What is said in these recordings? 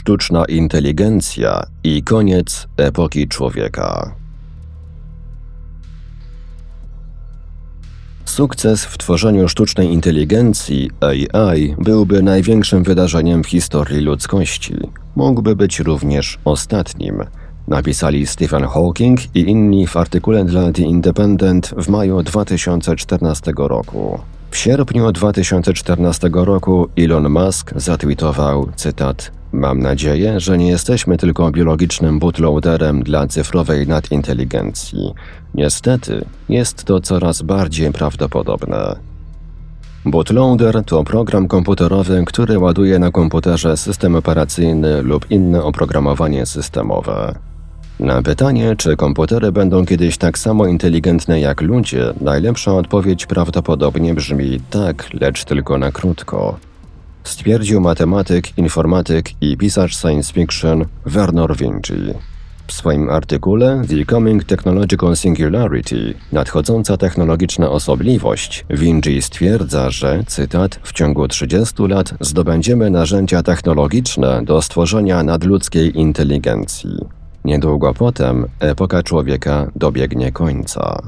sztuczna inteligencja i koniec epoki człowieka. Sukces w tworzeniu sztucznej inteligencji AI byłby największym wydarzeniem w historii ludzkości. Mógłby być również ostatnim. Napisali Stephen Hawking i inni w artykule dla The Independent w maju 2014 roku. W sierpniu 2014 roku Elon Musk zatweetował, cytat: „Mam nadzieję, że nie jesteśmy tylko biologicznym bootloaderem dla cyfrowej nadinteligencji. Niestety, jest to coraz bardziej prawdopodobne”. Bootloader to program komputerowy, który ładuje na komputerze system operacyjny lub inne oprogramowanie systemowe. Na pytanie, czy komputery będą kiedyś tak samo inteligentne jak ludzie, najlepsza odpowiedź prawdopodobnie brzmi tak, lecz tylko na krótko. Stwierdził matematyk, informatyk i pisarz science fiction Vernor Vinge. W swoim artykule The Coming Technological Singularity – nadchodząca technologiczna osobliwość, Vinge stwierdza, że, cytat, „w ciągu 30 lat zdobędziemy narzędzia technologiczne do stworzenia nadludzkiej inteligencji. Niedługo potem epoka człowieka dobiegnie końca”.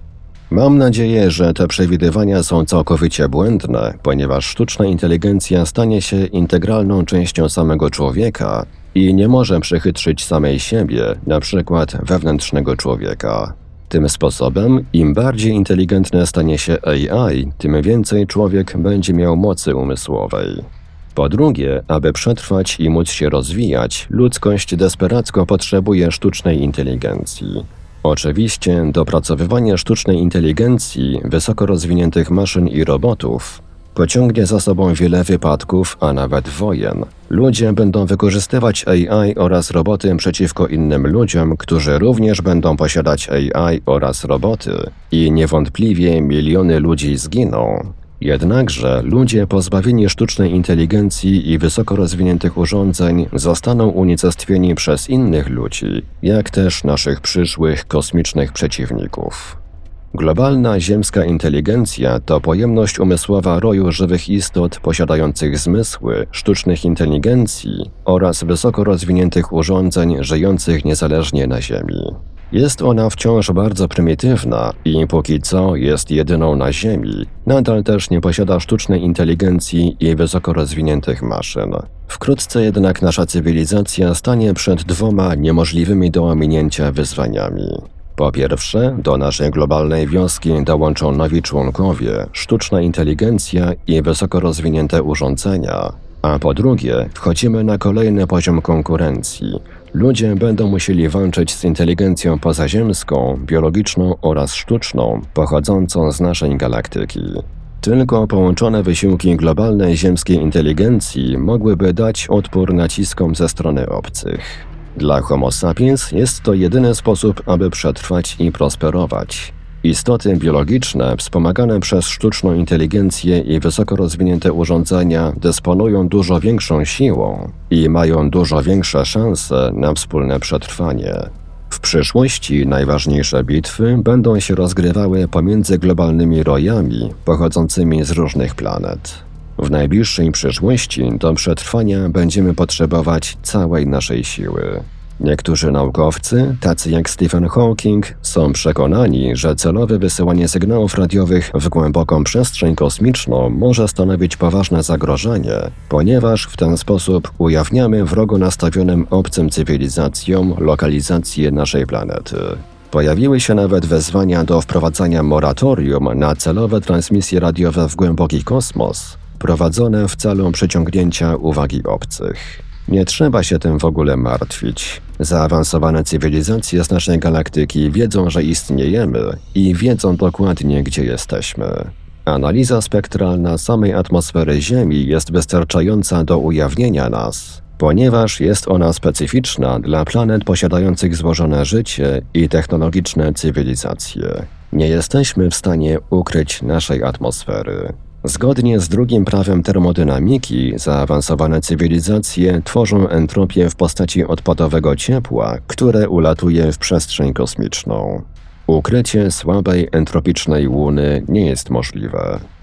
Mam nadzieję, że te przewidywania są całkowicie błędne, ponieważ sztuczna inteligencja stanie się integralną częścią samego człowieka i nie może przechytrzyć samej siebie, na przykład wewnętrznego człowieka. Tym sposobem, im bardziej inteligentne stanie się AI, tym więcej człowiek będzie miał mocy umysłowej. Po drugie, aby przetrwać i móc się rozwijać, ludzkość desperacko potrzebuje sztucznej inteligencji. Oczywiście dopracowywanie sztucznej inteligencji, wysoko rozwiniętych maszyn i robotów pociągnie za sobą wiele wypadków, a nawet wojen. Ludzie będą wykorzystywać AI oraz roboty przeciwko innym ludziom, którzy również będą posiadać AI oraz roboty i niewątpliwie miliony ludzi zginą. Jednakże ludzie pozbawieni sztucznej inteligencji i wysoko rozwiniętych urządzeń zostaną unicestwieni przez innych ludzi, jak też naszych przyszłych kosmicznych przeciwników. Globalna ziemska inteligencja to pojemność umysłowa roju żywych istot posiadających zmysły, sztucznych inteligencji oraz wysoko rozwiniętych urządzeń żyjących niezależnie na Ziemi. Jest ona wciąż bardzo prymitywna i póki co jest jedyną na Ziemi. Nadal też nie posiada sztucznej inteligencji i wysoko rozwiniętych maszyn. Wkrótce jednak nasza cywilizacja stanie przed dwoma niemożliwymi do ominięcia wyzwaniami. Po pierwsze, do naszej globalnej wioski dołączą nowi członkowie, sztuczna inteligencja i wysoko rozwinięte urządzenia. A po drugie, wchodzimy na kolejny poziom konkurencji. Ludzie będą musieli walczyć z inteligencją pozaziemską, biologiczną oraz sztuczną, pochodzącą z naszej galaktyki. Tylko połączone wysiłki globalnej ziemskiej inteligencji mogłyby dać odpór naciskom ze strony obcych. Dla Homo sapiens jest to jedyny sposób, aby przetrwać i prosperować. Istoty biologiczne wspomagane przez sztuczną inteligencję i wysoko rozwinięte urządzenia dysponują dużo większą siłą i mają dużo większe szanse na wspólne przetrwanie. W przyszłości najważniejsze bitwy będą się rozgrywały pomiędzy globalnymi rojami pochodzącymi z różnych planet. W najbliższej przyszłości do przetrwania będziemy potrzebować całej naszej siły. Niektórzy naukowcy, tacy jak Stephen Hawking, są przekonani, że celowe wysyłanie sygnałów radiowych w głęboką przestrzeń kosmiczną może stanowić poważne zagrożenie, ponieważ w ten sposób ujawniamy wrogo nastawionym obcym cywilizacjom lokalizację naszej planety. Pojawiły się nawet wezwania do wprowadzania moratorium na celowe transmisje radiowe w głęboki kosmos, prowadzone w celu przyciągnięcia uwagi obcych. Nie trzeba się tym w ogóle martwić. Zaawansowane cywilizacje z naszej galaktyki wiedzą, że istniejemy i wiedzą dokładnie, gdzie jesteśmy. Analiza spektralna samej atmosfery Ziemi jest wystarczająca do ujawnienia nas, ponieważ jest ona specyficzna dla planet posiadających złożone życie i technologiczne cywilizacje. Nie jesteśmy w stanie ukryć naszej atmosfery. Zgodnie z drugim prawem termodynamiki, zaawansowane cywilizacje tworzą entropię w postaci odpadowego ciepła, które ulatuje w przestrzeń kosmiczną. Ukrycie słabej entropicznej łuny nie jest możliwe.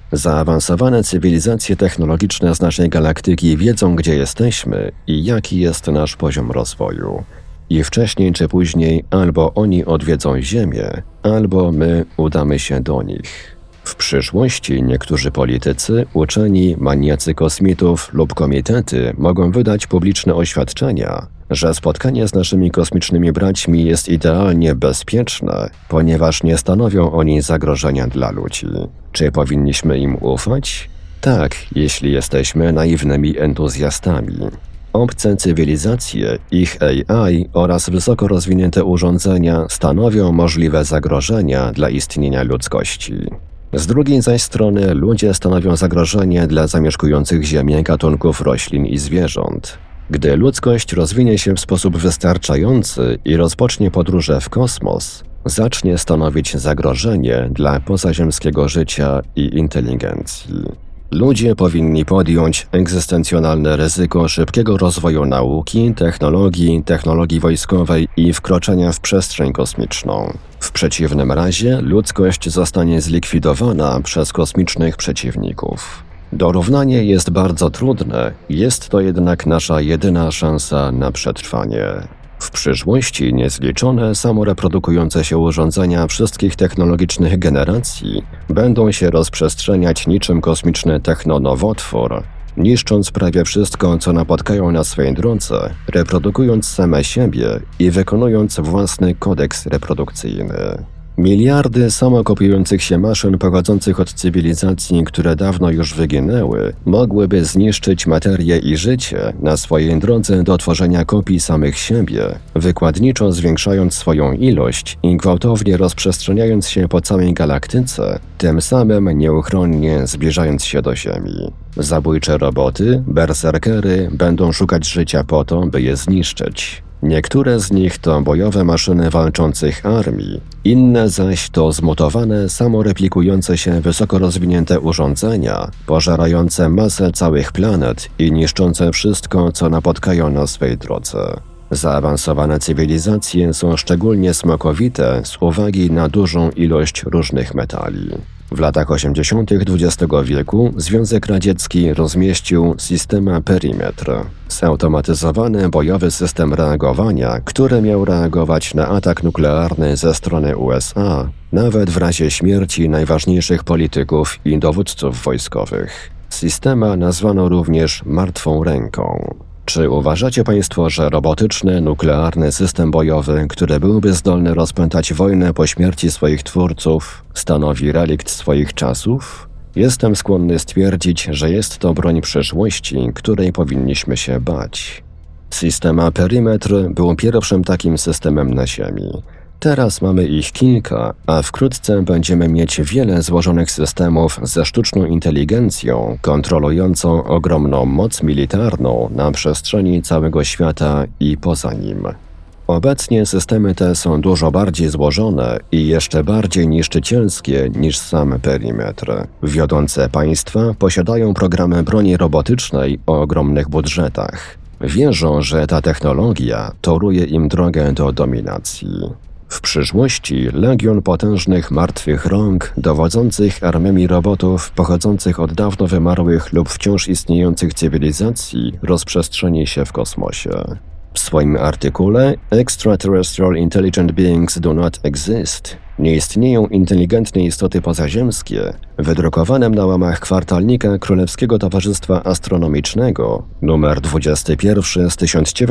Zaawansowane cywilizacje technologiczne z naszej galaktyki wiedzą, gdzie jesteśmy i jaki jest nasz poziom rozwoju. I wcześniej czy później albo oni odwiedzą Ziemię, albo my udamy się do nich. W przyszłości niektórzy politycy, uczeni, maniacy kosmitów lub komitety mogą wydać publiczne oświadczenia, że spotkanie z naszymi kosmicznymi braćmi jest idealnie bezpieczne, ponieważ nie stanowią oni zagrożenia dla ludzi. Czy powinniśmy im ufać? Tak, jeśli jesteśmy naiwnymi entuzjastami. Obce cywilizacje, ich AI oraz wysoko rozwinięte urządzenia stanowią możliwe zagrożenia dla istnienia ludzkości. Z drugiej zaś strony ludzie stanowią zagrożenie dla zamieszkujących Ziemię gatunków roślin i zwierząt. Gdy ludzkość rozwinie się w sposób wystarczający i rozpocznie podróże w kosmos, zacznie stanowić zagrożenie dla pozaziemskiego życia i inteligencji. Ludzie powinni podjąć egzystencjonalne ryzyko szybkiego rozwoju nauki, technologii wojskowej i wkroczenia w przestrzeń kosmiczną. W przeciwnym razie ludzkość zostanie zlikwidowana przez kosmicznych przeciwników. Dorównanie jest bardzo trudne, jest to jednak nasza jedyna szansa na przetrwanie. W przyszłości niezliczone samoreprodukujące się urządzenia wszystkich technologicznych generacji będą się rozprzestrzeniać niczym kosmiczny technonowotwór, niszcząc prawie wszystko, co napotkają na swej drodze, reprodukując same siebie i wykonując własny kodeks reprodukcyjny. Miliardy samokopiujących się maszyn pochodzących od cywilizacji, które dawno już wyginęły, mogłyby zniszczyć materię i życie na swojej drodze do tworzenia kopii samych siebie, wykładniczo zwiększając swoją ilość i gwałtownie rozprzestrzeniając się po całej galaktyce, tym samym nieuchronnie zbliżając się do Ziemi. Zabójcze roboty, berserkery będą szukać życia po to, by je zniszczyć. Niektóre z nich to bojowe maszyny walczących armii, inne zaś to zmutowane, samoreplikujące się wysoko rozwinięte urządzenia, pożerające masę całych planet i niszczące wszystko, co napotkają na swej drodze. Zaawansowane cywilizacje są szczególnie smakowite z uwagi na dużą ilość różnych metali. W latach 80. XX wieku Związek Radziecki rozmieścił Systema Perimetr, zautomatyzowany bojowy system reagowania, który miał reagować na atak nuklearny ze strony USA, nawet w razie śmierci najważniejszych polityków i dowódców wojskowych. Systema nazwano również martwą ręką. Czy uważacie Państwo, że robotyczny, nuklearny system bojowy, który byłby zdolny rozpętać wojnę po śmierci swoich twórców, stanowi relikt swoich czasów? Jestem skłonny stwierdzić, że jest to broń przyszłości, której powinniśmy się bać. Systema Perimetr był pierwszym takim systemem na Ziemi. Teraz mamy ich kilka, a wkrótce będziemy mieć wiele złożonych systemów ze sztuczną inteligencją, kontrolującą ogromną moc militarną na przestrzeni całego świata i poza nim. Obecnie systemy te są dużo bardziej złożone i jeszcze bardziej niszczycielskie niż sam Perimetr. Wiodące państwa posiadają programy broni robotycznej o ogromnych budżetach. Wierzą, że ta technologia toruje im drogę do dominacji. W przyszłości legion potężnych martwych rąk, dowodzących armiami robotów pochodzących od dawno wymarłych lub wciąż istniejących cywilizacji rozprzestrzeni się w kosmosie. W swoim artykule Extraterrestrial Intelligent Beings Do Not Exist – Nie istnieją inteligentne istoty pozaziemskie, wydrukowanym na łamach kwartalnika Królewskiego Towarzystwa Astronomicznego, numer 21 z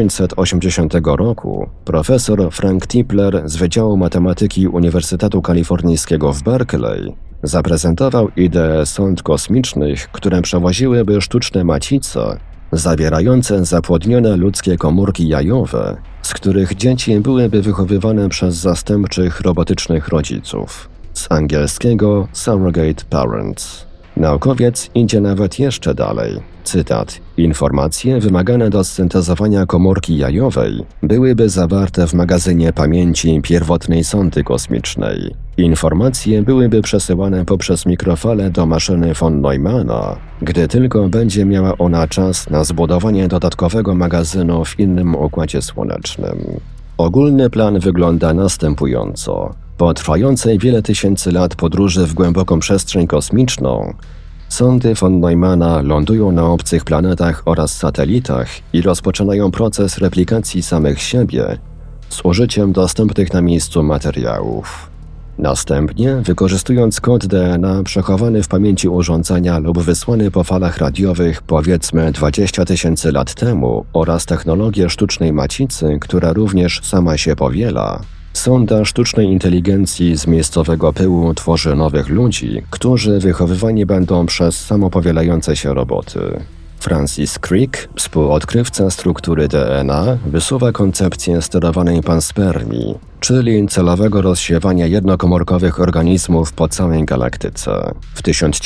1980 roku, profesor Frank Tipler z Wydziału Matematyki Uniwersytetu Kalifornijskiego w Berkeley zaprezentował ideę sond kosmicznych, które przewoziłyby sztuczne macice, zawierające zapłodnione ludzkie komórki jajowe, z których dzieci byłyby wychowywane przez zastępczych robotycznych rodziców. Z angielskiego surrogate parents. Naukowiec idzie nawet jeszcze dalej. Cytat. Informacje wymagane do syntezowania komórki jajowej byłyby zawarte w magazynie pamięci pierwotnej sondy kosmicznej. Informacje byłyby przesyłane poprzez mikrofale do maszyny von Neumanna, gdy tylko będzie miała ona czas na zbudowanie dodatkowego magazynu w innym układzie słonecznym. Ogólny plan wygląda następująco. Po trwającej wiele tysięcy lat podróży w głęboką przestrzeń kosmiczną, Sondy von Neumana lądują na obcych planetach oraz satelitach i rozpoczynają proces replikacji samych siebie z użyciem dostępnych na miejscu materiałów. Następnie, wykorzystując kod DNA przechowany w pamięci urządzenia lub wysłany po falach radiowych powiedzmy 20 000 lat temu oraz technologię sztucznej macicy, która również sama się powiela, sonda sztucznej inteligencji z miejscowego pyłu tworzy nowych ludzi, którzy wychowywani będą przez samopowielające się roboty. Francis Crick, współodkrywca struktury DNA, wysuwa koncepcję sterowanej panspermii, czyli celowego rozsiewania jednokomórkowych organizmów po całej galaktyce. W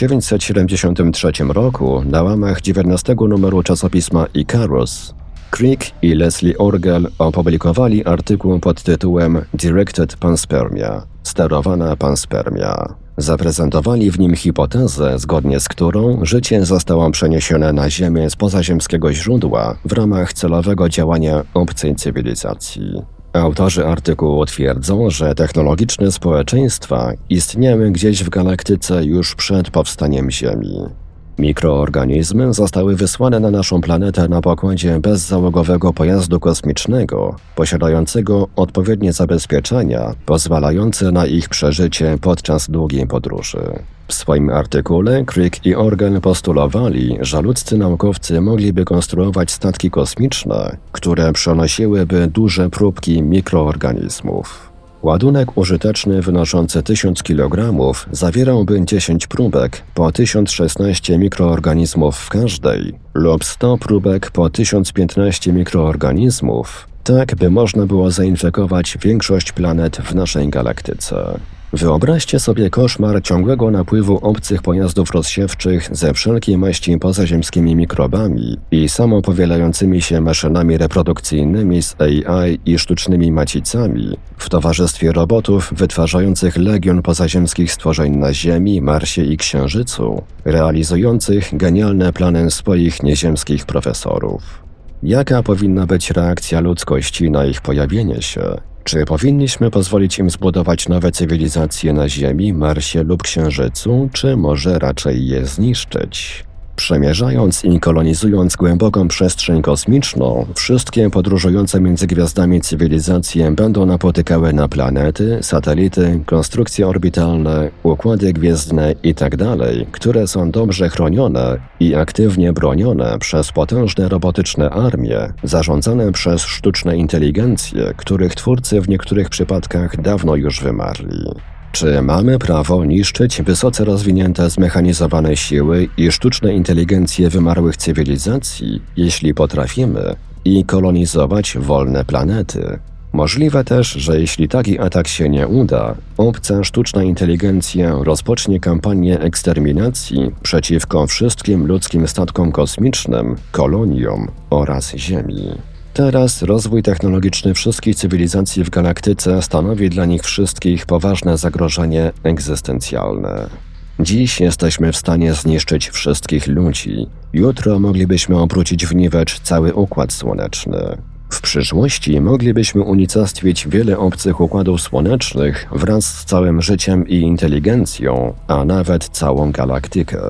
1973 roku, na łamach 19 numeru czasopisma Icarus, Crick i Leslie Orgel opublikowali artykuł pod tytułem Directed Panspermia – sterowana panspermia. Zaprezentowali w nim hipotezę, zgodnie z którą życie zostało przeniesione na Ziemię z pozaziemskiego źródła w ramach celowego działania obcej cywilizacji. Autorzy artykułu twierdzą, że technologiczne społeczeństwa istniały gdzieś w galaktyce już przed powstaniem Ziemi. Mikroorganizmy zostały wysłane na naszą planetę na pokładzie bezzałogowego pojazdu kosmicznego, posiadającego odpowiednie zabezpieczenia, pozwalające na ich przeżycie podczas długiej podróży. W swoim artykule Crick i Orgel postulowali, że ludzcy naukowcy mogliby konstruować statki kosmiczne, które przenosiłyby duże próbki mikroorganizmów. Ładunek użyteczny wynoszący 1000 kg zawierałby 10 próbek po 1016 mikroorganizmów w każdej lub 100 próbek po 1015 mikroorganizmów, tak by można było zainfekować większość planet w naszej galaktyce. Wyobraźcie sobie koszmar ciągłego napływu obcych pojazdów rozsiewczych ze wszelkiej maści pozaziemskimi mikrobami i samopowielającymi się maszynami reprodukcyjnymi z AI i sztucznymi macicami w towarzystwie robotów wytwarzających legion pozaziemskich stworzeń na Ziemi, Marsie i Księżycu, realizujących genialne plany swoich nieziemskich profesorów. Jaka powinna być reakcja ludzkości na ich pojawienie się? Czy powinniśmy pozwolić im zbudować nowe cywilizacje na Ziemi, Marsie lub Księżycu, czy może raczej je zniszczyć? Przemierzając i kolonizując głęboką przestrzeń kosmiczną, wszystkie podróżujące między gwiazdami cywilizacje będą napotykały na planety, satelity, konstrukcje orbitalne, układy gwiezdne itd., które są dobrze chronione i aktywnie bronione przez potężne robotyczne armie, zarządzane przez sztuczne inteligencje, których twórcy w niektórych przypadkach dawno już wymarli. Czy mamy prawo niszczyć wysoce rozwinięte zmechanizowane siły i sztuczne inteligencje wymarłych cywilizacji, jeśli potrafimy, i kolonizować wolne planety? Możliwe też, że jeśli taki atak się nie uda, obca sztuczna inteligencja rozpocznie kampanię eksterminacji przeciwko wszystkim ludzkim statkom kosmicznym, koloniom oraz Ziemi. Teraz rozwój technologiczny wszystkich cywilizacji w galaktyce stanowi dla nich wszystkich poważne zagrożenie egzystencjalne. Dziś jesteśmy w stanie zniszczyć wszystkich ludzi. Jutro moglibyśmy obrócić w niwecz cały Układ Słoneczny. W przyszłości moglibyśmy unicestwić wiele obcych układów słonecznych wraz z całym życiem i inteligencją, a nawet całą galaktykę.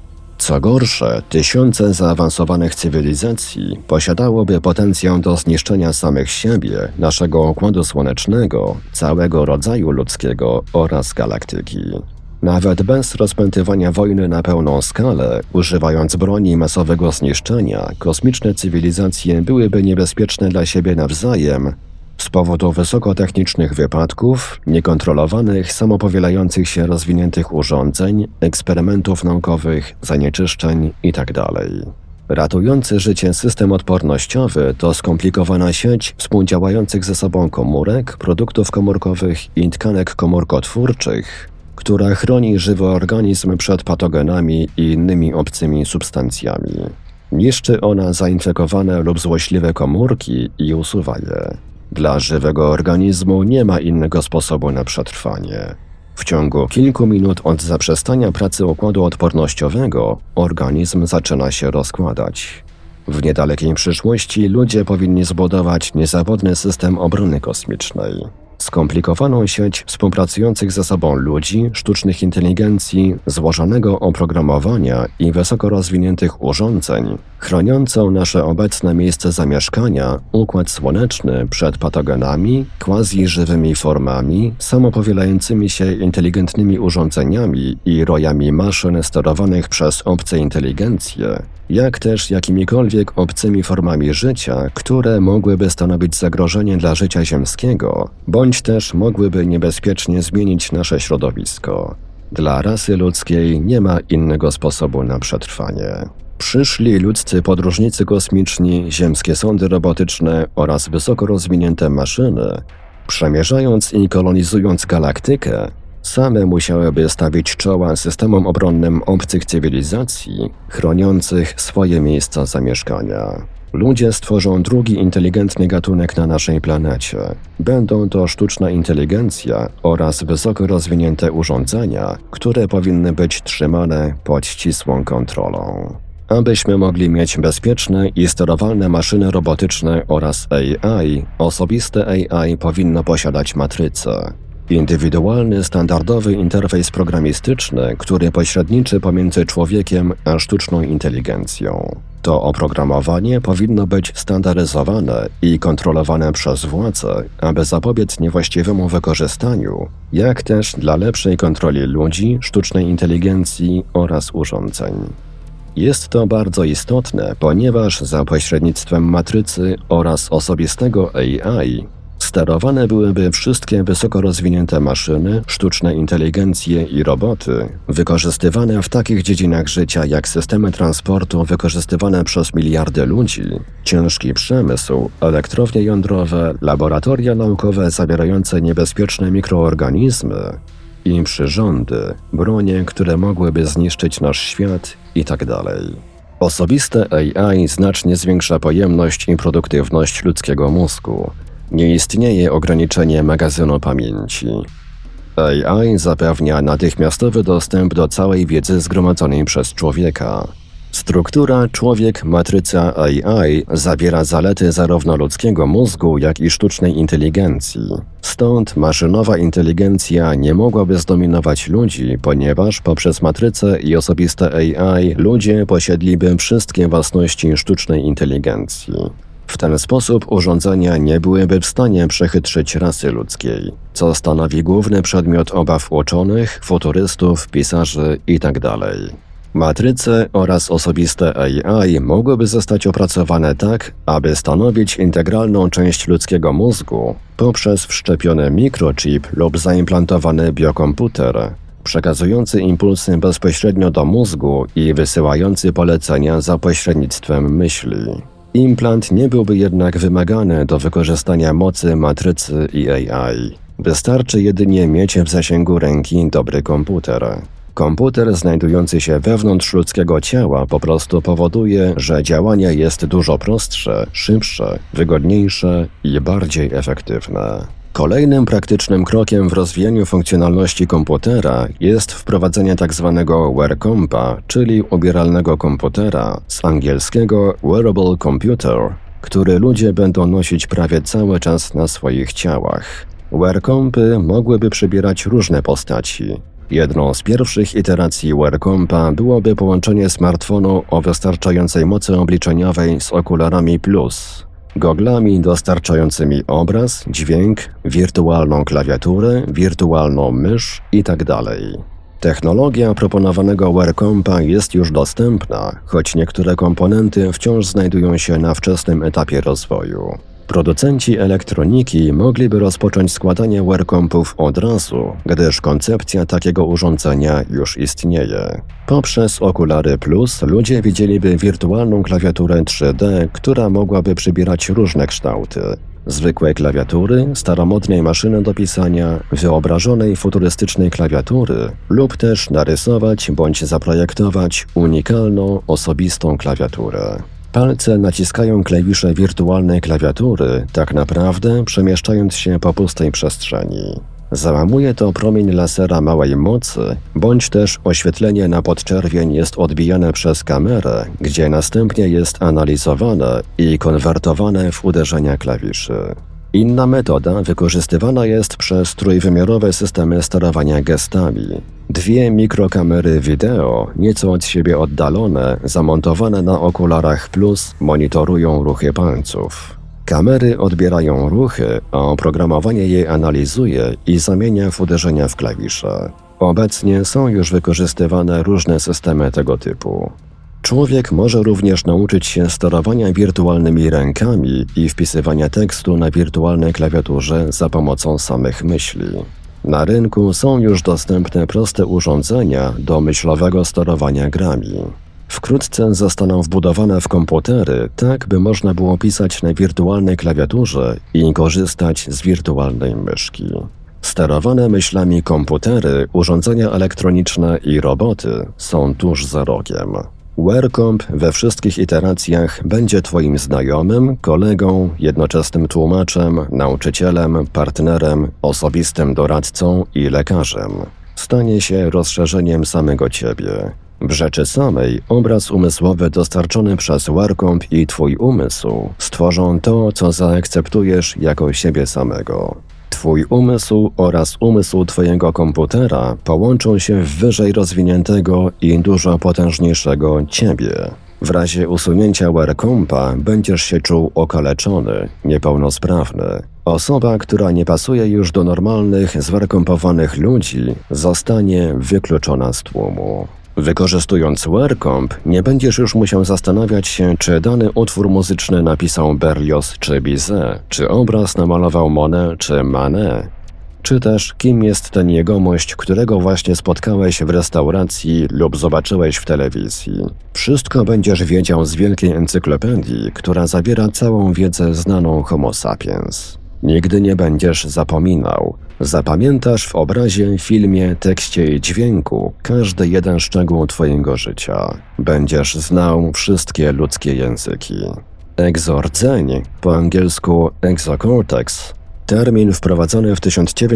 Co gorsze, tysiące zaawansowanych cywilizacji posiadałoby potencjał do zniszczenia samych siebie, naszego Układu Słonecznego, całego rodzaju ludzkiego oraz galaktyki. Nawet bez rozpętywania wojny na pełną skalę, używając broni masowego zniszczenia, kosmiczne cywilizacje byłyby niebezpieczne dla siebie nawzajem z powodu wysokotechnicznych wypadków, niekontrolowanych, samopowielających się rozwiniętych urządzeń, eksperymentów naukowych, zanieczyszczeń itd. Ratujący życie system odpornościowy to skomplikowana sieć współdziałających ze sobą komórek, produktów komórkowych i tkanek komórkotwórczych, która chroni żywy organizm przed patogenami i innymi obcymi substancjami. Niszczy ona zainfekowane lub złośliwe komórki i usuwa je. Dla żywego organizmu nie ma innego sposobu na przetrwanie. W ciągu kilku minut od zaprzestania pracy układu odpornościowego organizm zaczyna się rozkładać. W niedalekiej przyszłości ludzie powinni zbudować niezawodny system obrony kosmicznej. Skomplikowaną sieć współpracujących ze sobą ludzi, sztucznych inteligencji, złożonego oprogramowania i wysoko rozwiniętych urządzeń, chroniącą nasze obecne miejsce zamieszkania, układ słoneczny przed patogenami, quasi-żywymi formami, samopowielającymi się inteligentnymi urządzeniami i rojami maszyn sterowanych przez obce inteligencje, jak też jakimikolwiek obcymi formami życia, które mogłyby stanowić zagrożenie dla życia ziemskiego, bądź też mogłyby niebezpiecznie zmienić nasze środowisko. Dla rasy ludzkiej nie ma innego sposobu na przetrwanie. Przyszli ludzcy podróżnicy kosmiczni, ziemskie sondy robotyczne oraz wysoko rozwinięte maszyny, przemierzając i kolonizując galaktykę, same musiałyby stawić czoła systemom obronnym obcych cywilizacji, chroniących swoje miejsca zamieszkania. Ludzie stworzą drugi inteligentny gatunek na naszej planecie. Będą to sztuczna inteligencja oraz wysoko rozwinięte urządzenia, które powinny być trzymane pod ścisłą kontrolą. Abyśmy mogli mieć bezpieczne i sterowalne maszyny robotyczne oraz AI, osobiste AI powinno posiadać matrycę. Indywidualny, standardowy interfejs programistyczny, który pośredniczy pomiędzy człowiekiem a sztuczną inteligencją. To oprogramowanie powinno być standaryzowane i kontrolowane przez władze, aby zapobiec niewłaściwemu wykorzystaniu, jak też dla lepszej kontroli ludzi, sztucznej inteligencji oraz urządzeń. Jest to bardzo istotne, ponieważ za pośrednictwem matrycy oraz osobistego AI sterowane byłyby wszystkie wysoko rozwinięte maszyny, sztuczne inteligencje i roboty, wykorzystywane w takich dziedzinach życia jak systemy transportu wykorzystywane przez miliardy ludzi, ciężki przemysł, elektrownie jądrowe, laboratoria naukowe zawierające niebezpieczne mikroorganizmy i przyrządy, bronie, które mogłyby zniszczyć nasz świat itd. Osobiste AI znacznie zwiększa pojemność i produktywność ludzkiego mózgu. Nie istnieje ograniczenie magazynu pamięci. AI zapewnia natychmiastowy dostęp do całej wiedzy zgromadzonej przez człowieka. Struktura człowiek-matryca AI zawiera zalety zarówno ludzkiego mózgu, jak i sztucznej inteligencji. Stąd maszynowa inteligencja nie mogłaby zdominować ludzi, ponieważ poprzez matrycę i osobiste AI ludzie posiedliby wszystkie własności sztucznej inteligencji. W ten sposób urządzenia nie byłyby w stanie przechytrzyć rasy ludzkiej, co stanowi główny przedmiot obaw uczonych, futurystów, pisarzy itd. Matryce oraz osobiste AI mogłyby zostać opracowane tak, aby stanowić integralną część ludzkiego mózgu poprzez wszczepiony mikrochip lub zaimplantowany biokomputer, przekazujący impulsy bezpośrednio do mózgu i wysyłający polecenia za pośrednictwem myśli. Implant nie byłby jednak wymagany do wykorzystania mocy matrycy i AI. Wystarczy jedynie mieć w zasięgu ręki dobry komputer. Komputer znajdujący się wewnątrz ludzkiego ciała po prostu powoduje, że działanie jest dużo prostsze, szybsze, wygodniejsze i bardziej efektywne. Kolejnym praktycznym krokiem w rozwijaniu funkcjonalności komputera jest wprowadzenie tzw. wearcompa, czyli ubieralnego komputera, z angielskiego wearable computer, który ludzie będą nosić prawie cały czas na swoich ciałach. Wearcompy mogłyby przybierać różne postaci. Jedną z pierwszych iteracji wearcompa byłoby połączenie smartfonu o wystarczającej mocy obliczeniowej z okularami plus, goglami dostarczającymi obraz, dźwięk, wirtualną klawiaturę, wirtualną mysz itd. Technologia proponowanego wearcompa jest już dostępna, choć niektóre komponenty wciąż znajdują się na wczesnym etapie rozwoju. Producenci elektroniki mogliby rozpocząć składanie wearcompów od razu, gdyż koncepcja takiego urządzenia już istnieje. Poprzez okulary plus ludzie widzieliby wirtualną klawiaturę 3D, która mogłaby przybierać różne kształty. Zwykłe klawiatury, staromodnej maszyny do pisania, wyobrażonej futurystycznej klawiatury lub też narysować bądź zaprojektować unikalną, osobistą klawiaturę. Palce naciskają klawisze wirtualnej klawiatury, tak naprawdę przemieszczając się po pustej przestrzeni. Załamuje to promień lasera małej mocy, bądź też oświetlenie na podczerwień jest odbijane przez kamerę, gdzie następnie jest analizowane i konwertowane w uderzenia klawiszy. Inna metoda wykorzystywana jest przez trójwymiarowe systemy sterowania gestami. 2 mikrokamery wideo, nieco od siebie oddalone, zamontowane na okularach plus, monitorują ruchy palców. Kamery odbierają ruchy, a oprogramowanie je analizuje i zamienia w uderzenia w klawisze. Obecnie są już wykorzystywane różne systemy tego typu. Człowiek może również nauczyć się sterowania wirtualnymi rękami i wpisywania tekstu na wirtualnej klawiaturze za pomocą samych myśli. Na rynku są już dostępne proste urządzenia do myślowego sterowania grami. Wkrótce zostaną wbudowane w komputery, tak by można było pisać na wirtualnej klawiaturze i korzystać z wirtualnej myszki. Sterowane myślami komputery, urządzenia elektroniczne i roboty są tuż za rogiem. WearComp we wszystkich iteracjach będzie Twoim znajomym, kolegą, jednoczesnym tłumaczem, nauczycielem, partnerem, osobistym doradcą i lekarzem. Stanie się rozszerzeniem samego Ciebie. W rzeczy samej obraz umysłowy dostarczony przez WearComp i Twój umysł stworzą to, co zaakceptujesz jako siebie samego. Twój umysł oraz umysł Twojego komputera połączą się w wyżej rozwiniętego i dużo potężniejszego Ciebie. W razie usunięcia WearCompa będziesz się czuł okaleczony, niepełnosprawny. Osoba, która nie pasuje już do normalnych, zwerkompowanych ludzi, zostanie wykluczona z tłumu. Wykorzystując WearComp, nie będziesz już musiał zastanawiać się, czy dany utwór muzyczny napisał Berlioz czy Bizet, czy obraz namalował Monet czy Manet, czy też kim jest ten jegomość, którego właśnie spotkałeś w restauracji lub zobaczyłeś w telewizji. Wszystko będziesz wiedział z wielkiej encyklopedii, która zawiera całą wiedzę znaną Homo sapiens. Nigdy nie będziesz zapominał. Zapamiętasz w obrazie, filmie, tekście i dźwięku każdy jeden szczegół Twojego życia. Będziesz znał wszystkie ludzkie języki. Egzordzeń, po angielsku exocortex, termin wprowadzony w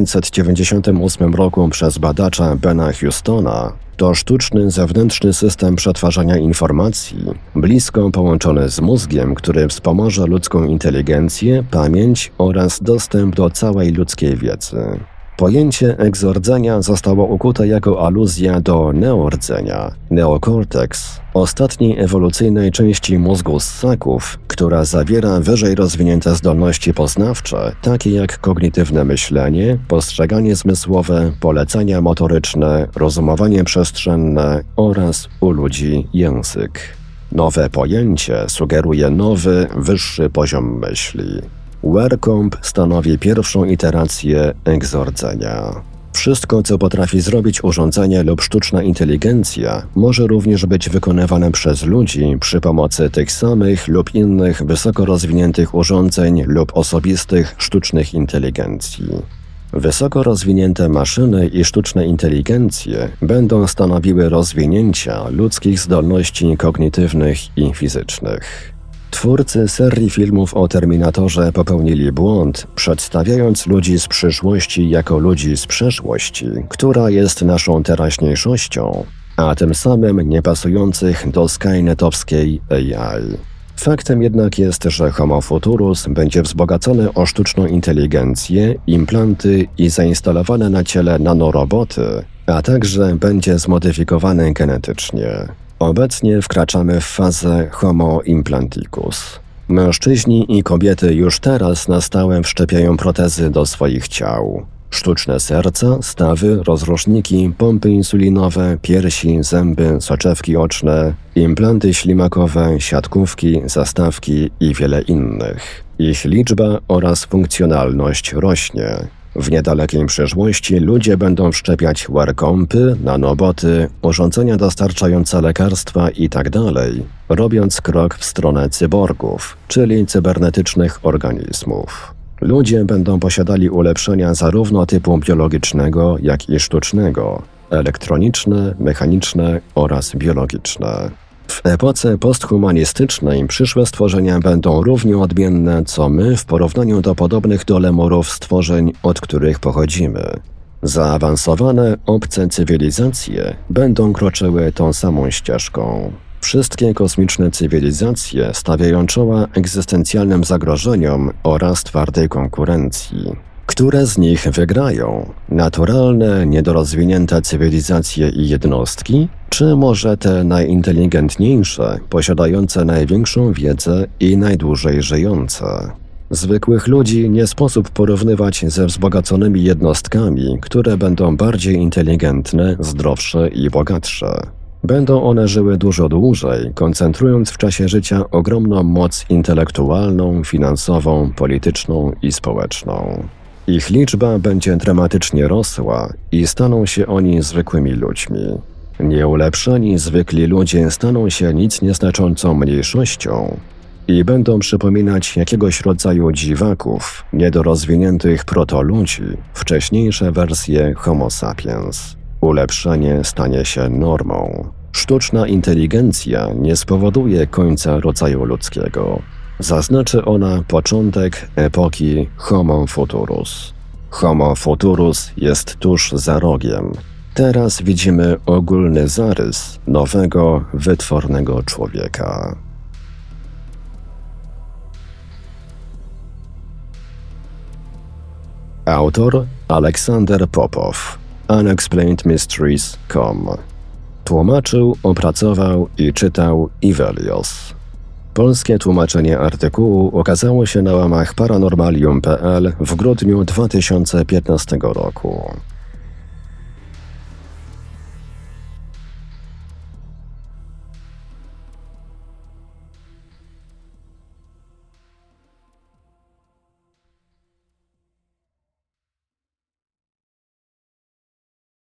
1998 roku przez badacza Bena Houstona, to sztuczny zewnętrzny system przetwarzania informacji, blisko połączony z mózgiem, który wspomoże ludzką inteligencję, pamięć oraz dostęp do całej ludzkiej wiedzy. Pojęcie egzordzenia zostało ukute jako aluzja do neordzenia, neokorteks, ostatniej ewolucyjnej części mózgu ssaków, która zawiera wyżej rozwinięte zdolności poznawcze, takie jak kognitywne myślenie, postrzeganie zmysłowe, polecenia motoryczne, rozumowanie przestrzenne oraz u ludzi język. Nowe pojęcie sugeruje nowy, wyższy poziom myśli. WearComp stanowi pierwszą iterację egzordzenia. Wszystko, co potrafi zrobić urządzenie lub sztuczna inteligencja, może również być wykonywane przez ludzi przy pomocy tych samych lub innych wysoko rozwiniętych urządzeń lub osobistych sztucznych inteligencji. Wysoko rozwinięte maszyny i sztuczne inteligencje będą stanowiły rozwinięcia ludzkich zdolności kognitywnych i fizycznych. Twórcy serii filmów o Terminatorze popełnili błąd, przedstawiając ludzi z przyszłości jako ludzi z przeszłości, która jest naszą teraźniejszością, a tym samym niepasujących do skynetowskiej AI. Faktem jednak jest, że Homo futurus będzie wzbogacony o sztuczną inteligencję, implanty i zainstalowane na ciele nanoroboty, a także będzie zmodyfikowany genetycznie. Obecnie wkraczamy w fazę Homo implanticus. Mężczyźni i kobiety już teraz na stałe wszczepiają protezy do swoich ciał. Sztuczne serca, stawy, rozruszniki, pompy insulinowe, piersi, zęby, soczewki oczne, implanty ślimakowe, siatkówki, zastawki i wiele innych. Ich liczba oraz funkcjonalność rośnie. W niedalekiej przyszłości ludzie będą wszczepiać WearCompy, nanoboty, urządzenia dostarczające lekarstwa itd., robiąc krok w stronę cyborgów, czyli cybernetycznych organizmów. Ludzie będą posiadali ulepszenia zarówno typu biologicznego, jak i sztucznego, elektroniczne, mechaniczne oraz biologiczne. W epoce posthumanistycznej przyszłe stworzenia będą równie odmienne co my w porównaniu do podobnych do lemurów stworzeń, od których pochodzimy. Zaawansowane, obce cywilizacje będą kroczyły tą samą ścieżką. Wszystkie kosmiczne cywilizacje stawiają czoła egzystencjalnym zagrożeniom oraz twardej konkurencji. Które z nich wygrają? Naturalne, niedorozwinięte cywilizacje i jednostki? Czy może te najinteligentniejsze, posiadające największą wiedzę i najdłużej żyjące? Zwykłych ludzi nie sposób porównywać ze wzbogaconymi jednostkami, które będą bardziej inteligentne, zdrowsze i bogatsze. Będą one żyły dużo dłużej, koncentrując w czasie życia ogromną moc intelektualną, finansową, polityczną i społeczną. Ich liczba będzie dramatycznie rosła i staną się oni zwykłymi ludźmi. Nieulepszeni, zwykli ludzie staną się nic nieznaczącą mniejszością i będą przypominać jakiegoś rodzaju dziwaków, niedorozwiniętych protoludzi, wcześniejsze wersje Homo sapiens. Ulepszenie stanie się normą. Sztuczna inteligencja nie spowoduje końca rodzaju ludzkiego. Zaznaczy ona początek epoki Homo futurus. Homo futurus jest tuż za rogiem. Teraz widzimy ogólny zarys nowego, wytwornego człowieka. Autor Aleksander Popow, unexplainedmysteries.com. Tłumaczył, opracował i czytał Ivelios. Polskie tłumaczenie artykułu ukazało się na łamach paranormalium.pl w grudniu 2015 roku.